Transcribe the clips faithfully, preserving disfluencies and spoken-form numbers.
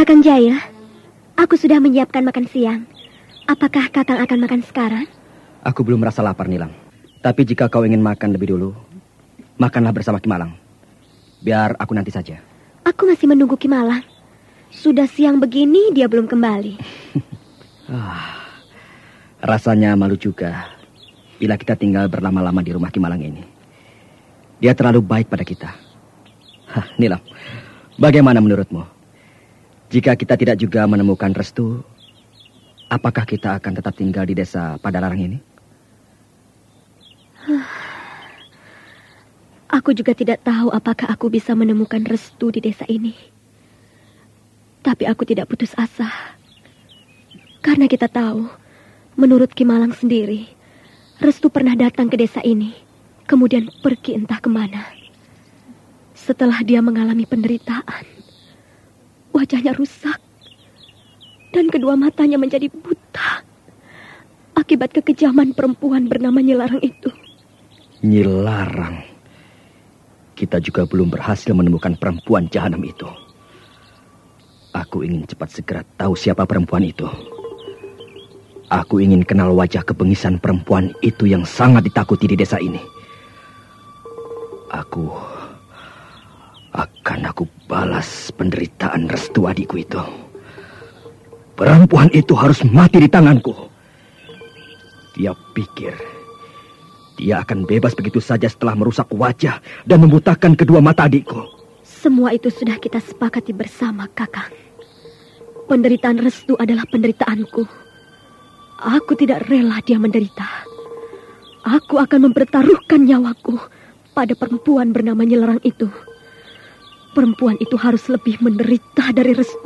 Kakang Jail, aku sudah menyiapkan makan siang. Apakah Kakang akan makan sekarang? Aku belum merasa lapar, Nilam. Tapi jika kau ingin makan lebih dulu, makanlah bersama Kimalang. Biar aku nanti saja. Aku masih menunggu Kimalang. Sudah siang begini dia belum kembali. ah, rasanya malu juga bila kita tinggal berlama-lama di rumah Kimalang ini. Dia terlalu baik pada kita. Hah, Nilam, bagaimana menurutmu? Jika kita tidak juga menemukan restu, apakah kita akan tetap tinggal di desa Padalarang ini? Aku juga tidak tahu apakah aku bisa menemukan restu di desa ini. Tapi aku tidak putus asa. Karena kita tahu, menurut Kimalang sendiri, Restu pernah datang ke desa ini, kemudian pergi entah kemana. Setelah dia mengalami penderitaan, wajahnya rusak, dan kedua matanya menjadi buta akibat kekejaman perempuan bernama Nyilarang itu. Nyilarang? Kita juga belum berhasil menemukan perempuan jahanam itu. Aku ingin cepat segera tahu siapa perempuan itu. Aku ingin kenal wajah kebengisan perempuan itu yang sangat ditakuti di desa ini. Aku akan aku balas penderitaan Restu adikku itu. Perempuan itu harus mati di tanganku. Dia pikir dia akan bebas begitu saja setelah merusak wajah dan membutakan kedua mata adikku. Semua itu sudah kita sepakati bersama, Kakang. Penderitaan Restu adalah penderitaanku. Aku tidak rela dia menderita. Aku akan mempertaruhkan nyawaku pada perempuan bernama Nyilarang itu. Perempuan itu harus lebih menderita dari Restu.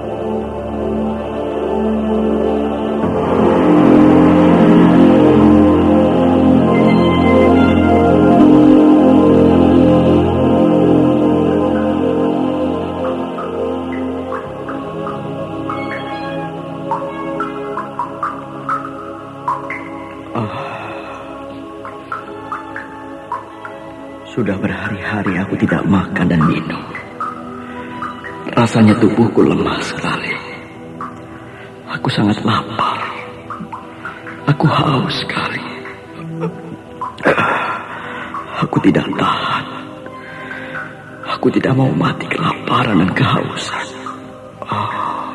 Sudah berhari-hari aku tidak makan dan minum. Rasanya tubuhku lemah sekali. Aku sangat lapar. Aku haus sekali. Aku tidak tahan. Aku tidak mau mati kelaparan dan kehausan. Oh,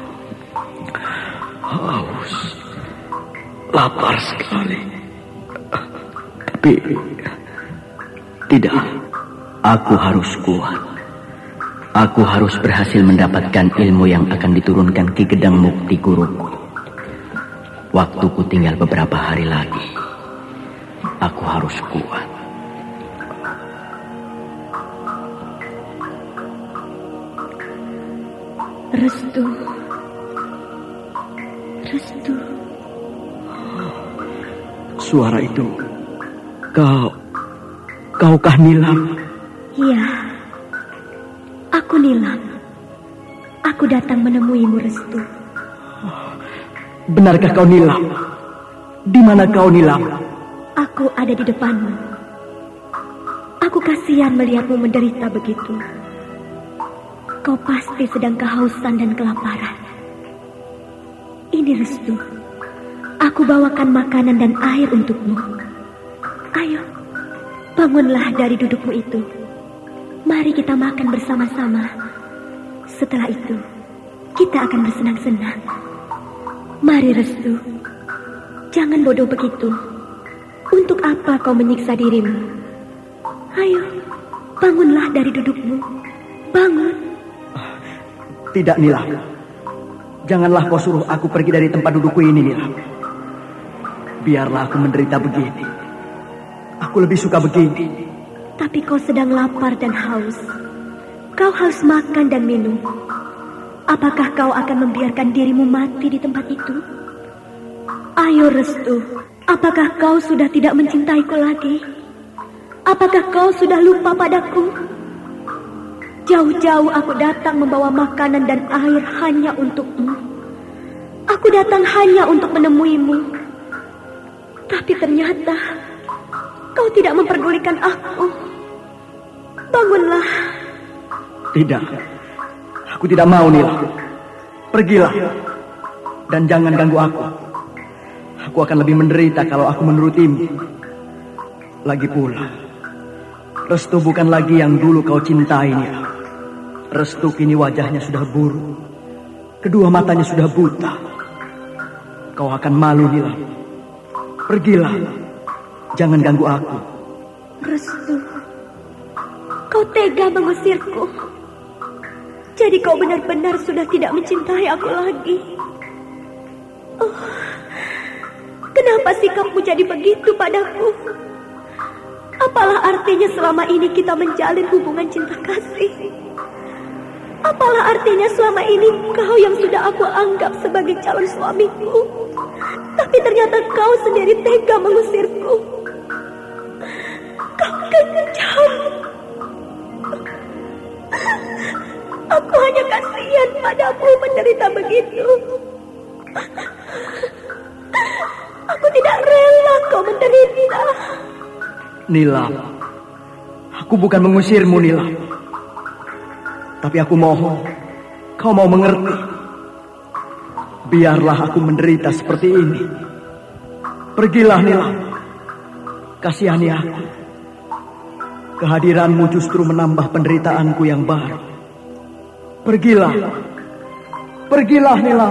haus. Lapar sekali. Tapi tidak, aku harus kuat. Aku harus berhasil mendapatkan ilmu yang akan diturunkan Ki Gedang Mukti guruku. Waktuku tinggal beberapa hari lagi. Aku harus kuat. Restu. Restu. Suara itu, kau... Kaukah Nilam? Iya, aku Nilam. Aku datang menemuimu, Restu. Benarkah kau Nilam? Di mana kau Nilam? Aku ada di depanmu. Aku kasihan melihatmu menderita begitu. Kau pasti sedang kehausan dan kelaparan. Ini Restu. Aku bawakan makanan dan air untukmu. Ayo. Bangunlah dari dudukmu itu. Mari kita makan bersama-sama. Setelah itu, kita akan bersenang-senang. Mari Restu. Jangan bodoh begitu. Untuk apa kau menyiksa dirimu? Ayo, bangunlah dari dudukmu. Bangun. Tidak, Nilam. Janganlah kau suruh aku pergi dari tempat dudukku ini, Nilam. Biarlah aku menderita begini. Aku lebih suka begini. Tapi kau sedang lapar dan haus. Kau harus makan dan minum. Apakah kau akan membiarkan dirimu mati di tempat itu? Ayo Restu, apakah kau sudah tidak mencintaiku lagi? Apakah kau sudah lupa padaku? Jauh-jauh aku datang membawa makanan dan air hanya untukmu. Aku datang hanya untuk menemuimu. Tapi ternyata kau tidak memperdulikan aku. Bangunlah. Tidak. Aku tidak mau, Nilam. Pergilah. Dan jangan ganggu aku. Aku akan lebih menderita kalau aku menurutimu. Lagi pula, Restu bukan lagi yang dulu kau cintai, Nila. Restu kini wajahnya sudah buruk. Kedua matanya sudah buta. Kau akan malu, Nila. Pergilah. Jangan ganggu aku. Restu, kau tega mengusirku. Jadi kau benar-benar sudah tidak mencintai aku lagi. Oh, kenapa sikapmu jadi begitu padaku? Apalah artinya selama ini kita menjalin hubungan cinta kasih? Apalah artinya selama ini kau yang sudah aku anggap sebagai calon suamiku, tapi ternyata kau sendiri tega mengusirku. Kau kejam. Aku hanya kasihan padamu menderita begitu. Aku tidak rela kau menderita. Nila, aku bukan mengusirmu, Nila. Tapi aku mohon, kau mau mengerti. Biarlah aku menderita seperti ini. Pergilah, Nila. Kasihani aku. Kehadiranmu justru menambah penderitaanku yang baru. Pergilah. Pergilah, Nila.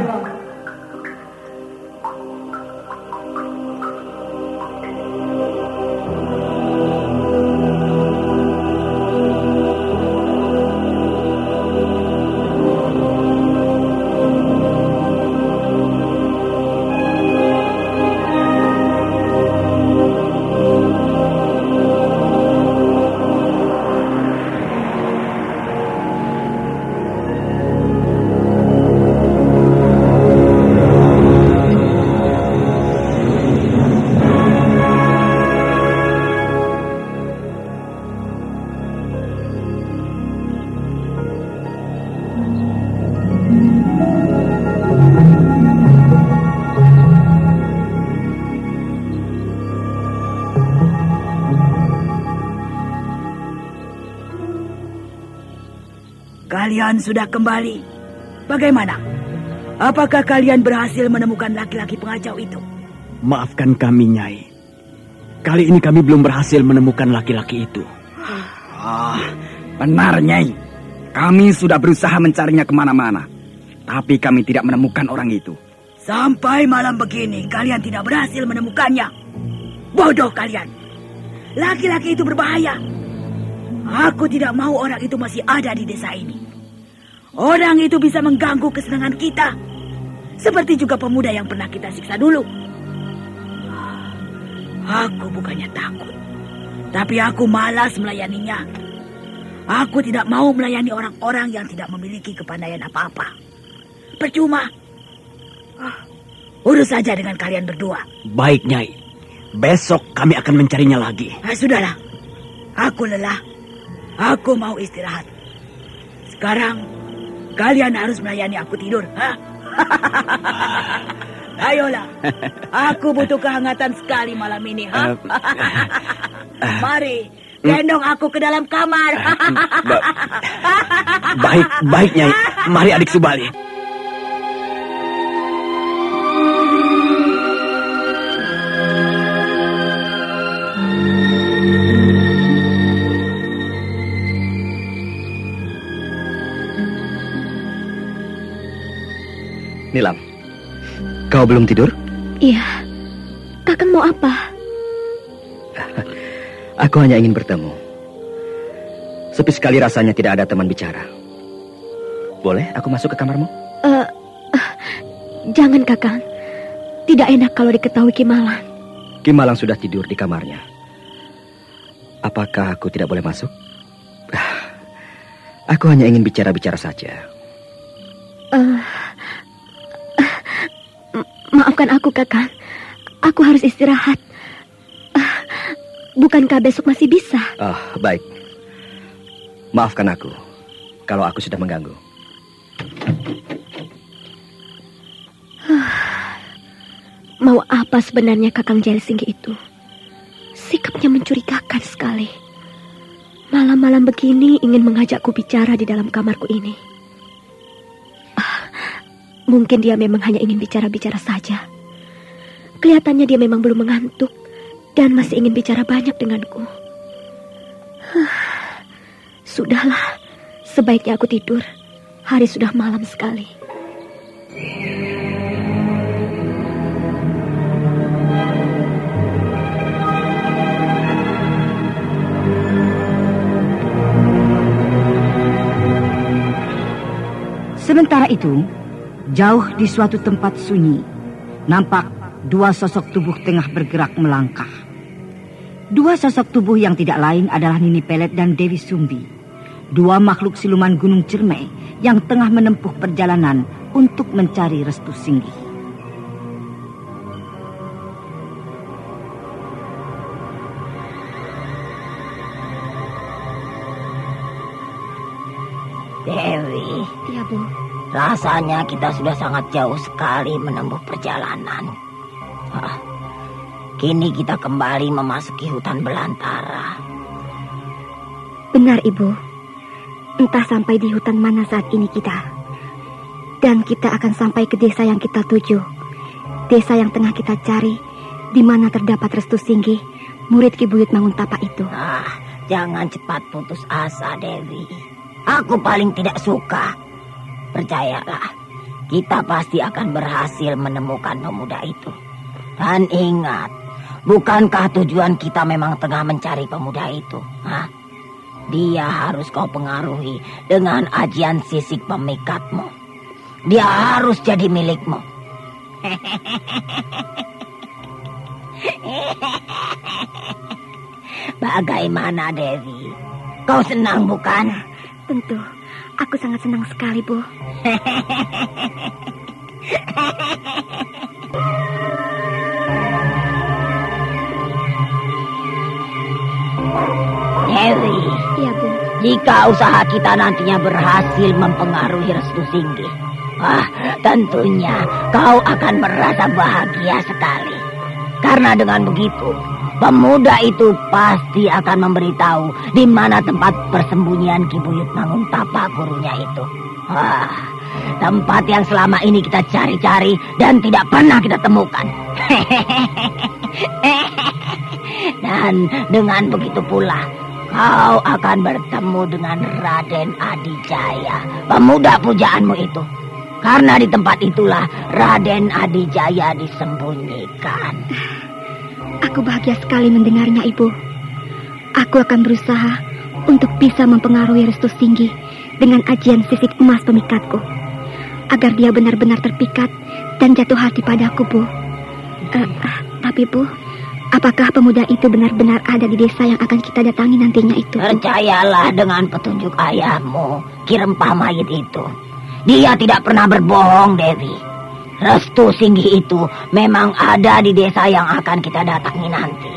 Kalian sudah kembali. Bagaimana? Apakah kalian berhasil menemukan laki-laki pengacau itu? Maafkan kami, Nyai. Kali ini kami belum berhasil menemukan laki-laki itu. Ah, benar, Nyai. Kami sudah berusaha mencarinya kemana-mana. Tapi kami tidak menemukan orang itu. Sampai malam begini kalian tidak berhasil menemukannya. Bodoh kalian. Laki-laki itu berbahaya. Aku tidak mau orang itu masih ada di desa ini. Orang itu bisa mengganggu kesenangan kita. Seperti juga pemuda yang pernah kita siksa dulu. Aku bukannya takut, tapi aku malas melayaninya. Aku tidak mau melayani orang-orang yang tidak memiliki kepandaian apa-apa. Percuma. Urus saja dengan kalian berdua. Baik, Nyai. Besok kami akan mencarinya lagi. Ah, sudahlah. Aku lelah. Aku mau istirahat. Sekarang kalian harus melayani aku tidur. Ha? Ayolah. Aku butuh kehangatan sekali malam ini. Ha? Mari, gendong aku ke dalam kamar. Ba- baik, baik, Nyai. Mari adik Subali. Nilam, kau belum tidur? Iya. Kakang mau apa? Aku hanya ingin bertemu. Sepi sekali rasanya tidak ada teman bicara. Boleh aku masuk ke kamarmu? Uh, uh, jangan, Kakang. Tidak enak kalau diketahui Kimalang. Kimalang sudah tidur di kamarnya. Apakah aku tidak boleh masuk? Aku hanya ingin bicara-bicara saja. Uh, Maafkan aku, Kakang. Aku harus istirahat. Uh, bukankah besok masih bisa? Oh, baik. Maafkan aku kalau aku sudah mengganggu. Uh, mau apa sebenarnya Kakang Jelsinggi itu? Sikapnya mencurigakan sekali. Malam-malam begini ingin mengajakku bicara di dalam kamarku ini. Uh, Mungkin dia memang hanya ingin bicara-bicara saja. Kelihatannya dia memang belum mengantuk dan masih ingin bicara banyak denganku. Sudahlah, sebaiknya aku tidur. Hari sudah malam sekali. Sementara itu, jauh di suatu tempat sunyi, nampak dua sosok tubuh tengah bergerak melangkah. Dua sosok tubuh yang tidak lain adalah Nini Pelet dan Dewi Sumbi. Dua makhluk siluman Gunung Ciremai yang tengah menempuh perjalanan untuk mencari Restu Singgi. Dewi. Iya, Bu. Rasanya kita sudah sangat jauh sekali menempuh perjalanan. Hah, kini kita kembali memasuki hutan belantara. Benar, Ibu. Entah sampai di hutan mana saat ini kita. Dan kita akan sampai ke desa yang kita tuju. Desa yang tengah kita cari, di mana terdapat Restu Singgi, murid Ki Buyut Manguntapa itu. Ah, jangan cepat putus asa, Dewi. Aku paling tidak suka. Percayalah, kita pasti akan berhasil menemukan pemuda itu. Dan ingat, bukankah tujuan kita memang tengah mencari pemuda itu? Hah? Dia harus kau pengaruhi dengan ajian sisik pemikatmu. Dia harus jadi milikmu. Bagaimana, Dewi? Kau senang bukan? Tentu, aku sangat senang sekali, Bu. Dewi. Iya, Bu. Jika usaha kita nantinya berhasil mempengaruhi Restu Singgi, wah, tentunya kau akan merasa bahagia sekali. Karena dengan begitu, pemuda itu pasti akan memberitahu di mana tempat persembunyian Ki Buyut Manguntapa gurunya itu. Wah, tempat yang selama ini kita cari-cari dan tidak pernah kita temukan. Dan dengan begitu pula, kau akan bertemu dengan Raden Adijaya, pemuda pujaanmu itu. Karena di tempat itulah Raden Adijaya disembunyikan. Aku bahagia sekali mendengarnya, Ibu. Aku akan berusaha untuk bisa mempengaruhi Restu Singgi dengan ajian sisik emas pemikatku, agar dia benar-benar terpikat dan jatuh hati padaku, Bu. Uh, uh, tapi, Bu, apakah pemuda itu benar-benar ada di desa yang akan kita datangi nantinya itu? Percayalah dengan petunjuk ayahmu, Ki Rempah Mayit itu. Dia tidak pernah berbohong, Dewi. Restu Singgi itu memang ada di desa yang akan kita datangi nanti.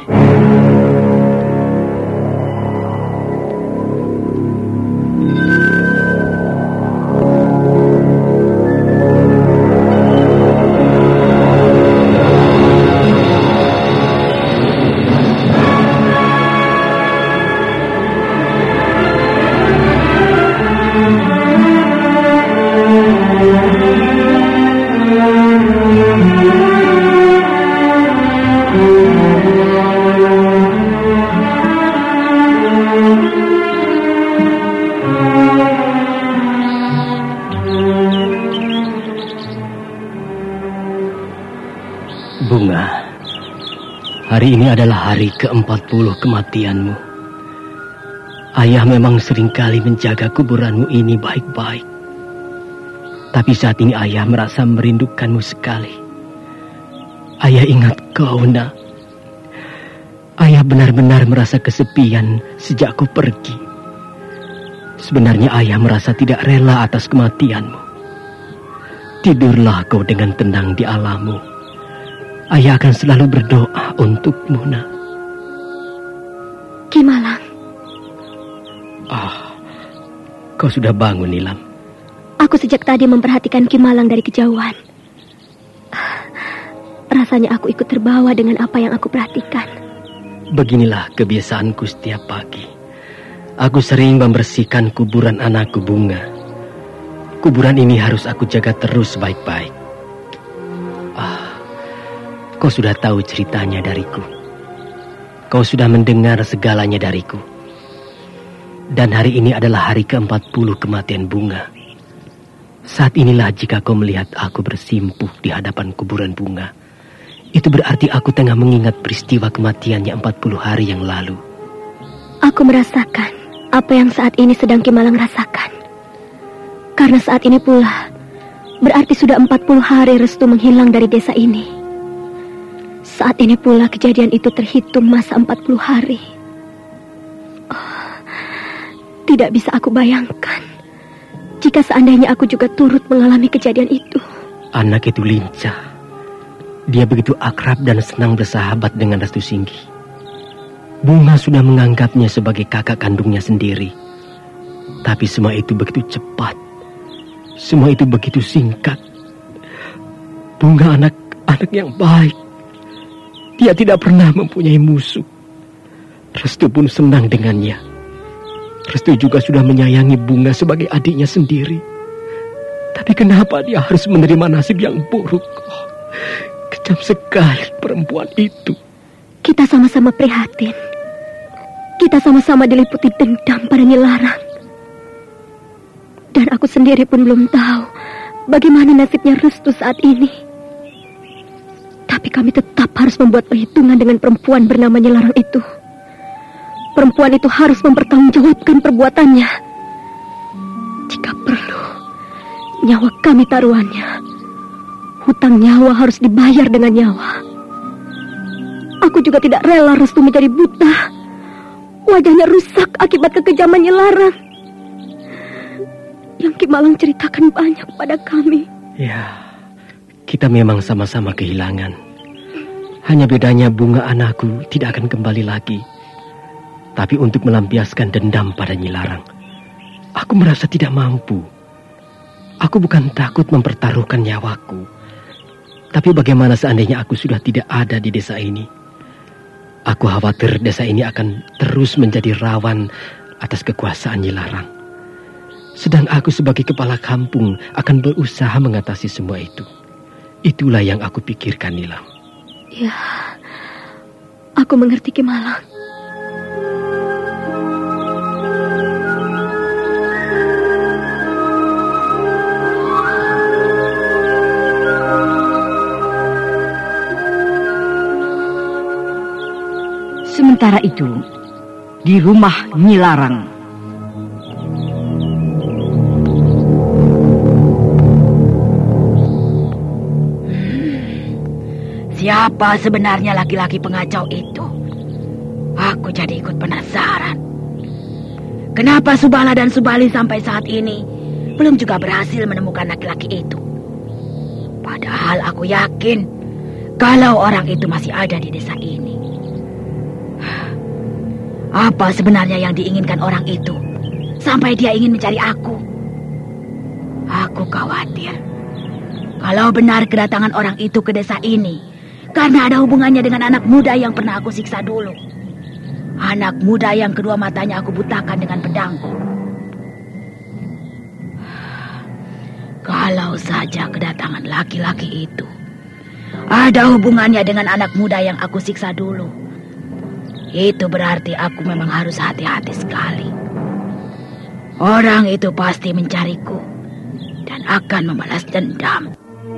Bunga, hari ini adalah hari keempat puluh kematianmu. Ayah memang seringkali menjaga kuburanmu ini baik-baik. Tapi saat ini ayah merasa merindukanmu sekali. Ayah ingat kau, nak. Ayah benar-benar merasa kesepian sejak kau pergi. Sebenarnya ayah merasa tidak rela atas kematianmu. Tidurlah kau dengan tenang di alammu. Ayah akan selalu berdoa untukmu, nak. Ki Malang. Ah, kau sudah bangun, Nilam. Aku sejak tadi memperhatikan Ki Malang dari kejauhan. Rasanya aku ikut terbawa dengan apa yang aku perhatikan. Beginilah kebiasaanku setiap pagi. Aku sering membersihkan kuburan anakku Bunga. Kuburan ini harus aku jaga terus baik-baik. Ah, kau sudah tahu ceritanya dariku. Kau sudah mendengar segalanya dariku. Dan hari ini adalah hari keempat puluh kematian Bunga. Saat inilah jika kau melihat aku bersimpuh di hadapan kuburan Bunga, itu berarti aku tengah mengingat peristiwa kematiannya empat puluh hari yang lalu. Aku merasakan apa yang saat ini sedang Ki Malang rasakan. Karena saat ini pula berarti sudah empat puluh hari Restu menghilang dari desa ini. Saat ini pula kejadian itu terhitung masa empat puluh hari. Oh, tidak bisa aku bayangkan jika seandainya aku juga turut mengalami kejadian itu. Anak itu lincah. Dia begitu akrab dan senang bersahabat dengan Restu Singgi. Bunga sudah menganggapnya sebagai kakak kandungnya sendiri. Tapi semua itu begitu cepat. Semua itu begitu singkat. Bunga anak-anak yang baik. Dia tidak pernah mempunyai musuh. Restu pun senang dengannya. Restu juga sudah menyayangi Bunga sebagai adiknya sendiri. Tapi kenapa dia harus menerima nasib yang buruk? Oh, kejam sekali perempuan itu. Kita sama-sama prihatin. Kita sama-sama diliputi dendam pada Nyi Larang. Dan aku sendiri pun belum tahu bagaimana nasibnya Restu saat ini. Tapi kami tetap harus membuat perhitungan dengan perempuan bernama Nyi Larang itu. Perempuan itu harus mempertanggungjawabkan perbuatannya. Jika perlu, nyawa kami taruhannya. Hutang nyawa harus dibayar dengan nyawa. Aku juga tidak rela Restu menjadi buta. Wajahnya rusak akibat kekejaman Nyi Larang. Yang Ki Malang ceritakan banyak pada kami. Ya, kita memang sama-sama kehilangan. Hanya bedanya Bunga anakku tidak akan kembali lagi. Tapi untuk melampiaskan dendam pada Nyi Larang, aku merasa tidak mampu. Aku bukan takut mempertaruhkan nyawaku. Tapi bagaimana seandainya aku sudah tidak ada di desa ini? Aku khawatir desa ini akan terus menjadi rawan atas kekuasaan Nyi Larang. Sedang aku sebagai kepala kampung akan berusaha mengatasi semua itu. Itulah yang aku pikirkan, Nilam. Ya, aku mengerti Ki Malang. Sementara itu, di rumah Nyi Larang. Siapa sebenarnya laki-laki pengacau itu? Aku jadi ikut penasaran. Kenapa Subala dan Subali sampai saat ini belum juga berhasil menemukan laki-laki itu? Padahal aku yakin kalau orang itu masih ada di desa ini. Apa sebenarnya yang diinginkan orang itu sampai dia ingin mencari aku? Aku khawatir kalau benar kedatangan orang itu ke desa ini karena ada hubungannya dengan anak muda yang pernah aku siksa dulu. Anak muda yang kedua matanya aku butakan dengan pedangku. Kalau saja kedatangan laki-laki itu ada hubungannya dengan anak muda yang aku siksa dulu, itu berarti aku memang harus hati-hati sekali. Orang itu pasti mencariku dan akan membalas dendam.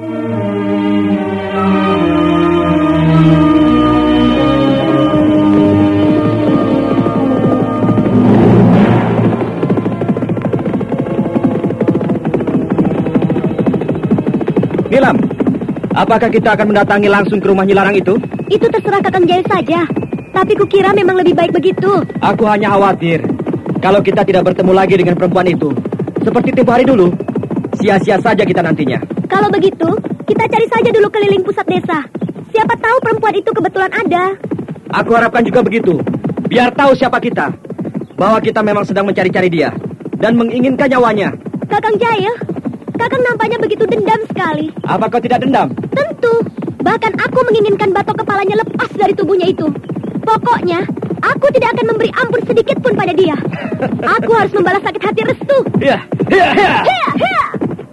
Nilam, apakah kita akan mendatangi langsung ke rumah Nyi Larang itu? Itu terserah Kakang Jaya saja. Tapi kukira memang lebih baik begitu. Aku hanya khawatir kalau kita tidak bertemu lagi dengan perempuan itu seperti tempo hari dulu, sia-sia saja kita nantinya. Kalau begitu, kita cari saja dulu keliling pusat desa. Siapa tahu perempuan itu kebetulan ada. Aku harapkan juga begitu. Biar tahu siapa kita, bahwa kita memang sedang mencari-cari dia dan menginginkan nyawanya. Kakang Jaya, Kakang nampaknya begitu dendam sekali. Apa kau tidak dendam? Tentu. Bahkan aku menginginkan batok kepalanya lepas dari tubuhnya itu. Pokoknya, aku tidak akan memberi ampun sedikit pun pada dia. Aku harus membalas sakit hati Restu. Iya, iya, iya. Iya, iya.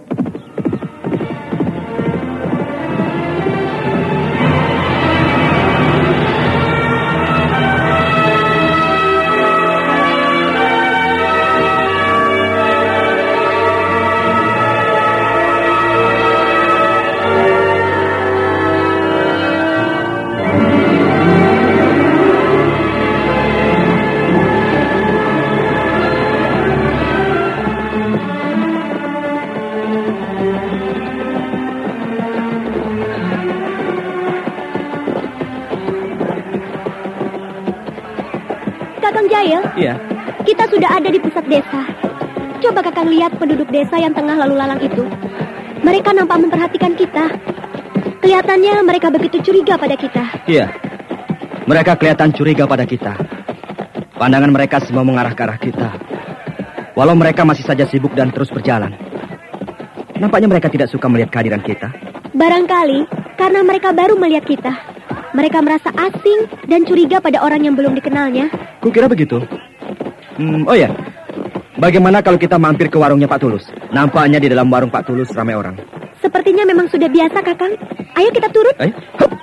Kakang Jail? Iya. Kita sudah ada di pusat desa. Coba Kakang lihat penduduk desa yang tengah lalu lalang itu. Mereka nampak memperhatikan kita. Kelihatannya mereka begitu curiga pada kita. Iya. Mereka kelihatan curiga pada kita. Pandangan mereka semua mengarah ke arah kita. Walau mereka masih saja sibuk dan terus berjalan. Nampaknya mereka tidak suka melihat kehadiran kita. Barangkali karena mereka baru melihat kita. Mereka merasa asing dan curiga pada orang yang belum dikenalnya. Kukira begitu. Hmm, oh ya, bagaimana kalau kita mampir ke warungnya Pak Tulus? Nampaknya di dalam warung Pak Tulus ramai orang. Sepertinya memang sudah biasa, Kakang. Ayo kita turun. Ayo.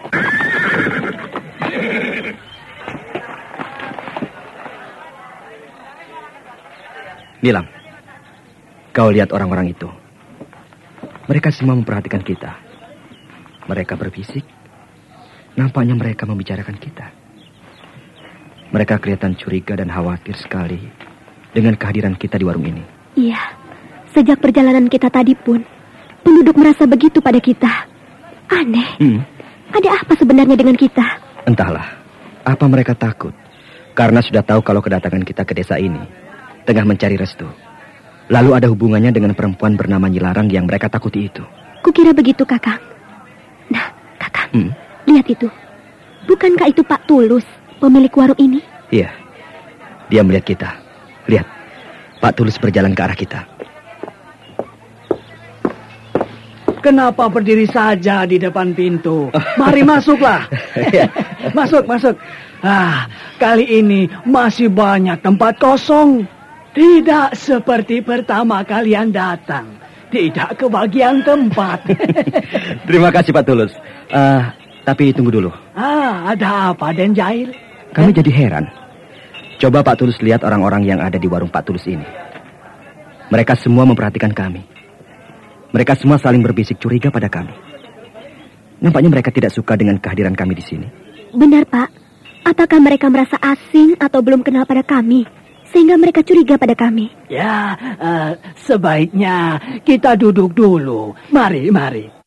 Nilam, kau lihat orang-orang itu. Mereka semua memperhatikan kita. Mereka berbisik. Nampaknya mereka membicarakan kita. Mereka kelihatan curiga dan khawatir sekali dengan kehadiran kita di warung ini. Iya, sejak perjalanan kita tadi pun, penduduk merasa begitu pada kita. Aneh. Hmm. Ada apa sebenarnya dengan kita? Entahlah, apa mereka takut? Karena sudah tahu kalau kedatangan kita ke desa ini tengah mencari restu. Lalu ada hubungannya dengan perempuan bernama Nyilarang yang mereka takuti itu. Kukira begitu, Kakang. Nah, Kakang, hmm? lihat itu. Bukankah itu Pak Tulus, pemilik warung ini? Iya, dia melihat kita. Lihat, Pak Tulus berjalan ke arah kita. Kenapa berdiri saja di depan pintu? Mari masuklah. Masuk, masuk. Ah, kali ini masih banyak tempat kosong. Tidak seperti pertama kalian datang. Tidak kebagian tempat. Terima kasih Pak Tulus. Uh, tapi tunggu dulu. Ah, ada apa Den Jail? Kami eh? jadi heran. Coba Pak Tulus lihat orang-orang yang ada di warung Pak Tulus ini. Mereka semua memperhatikan kami. Mereka semua saling berbisik curiga pada kami. Nampaknya mereka tidak suka dengan kehadiran kami di sini. Benar, Pak. Apakah mereka merasa asing atau belum kenal pada kami, sehingga mereka curiga pada kami? Ya, uh, sebaiknya kita duduk dulu. Mari, mari.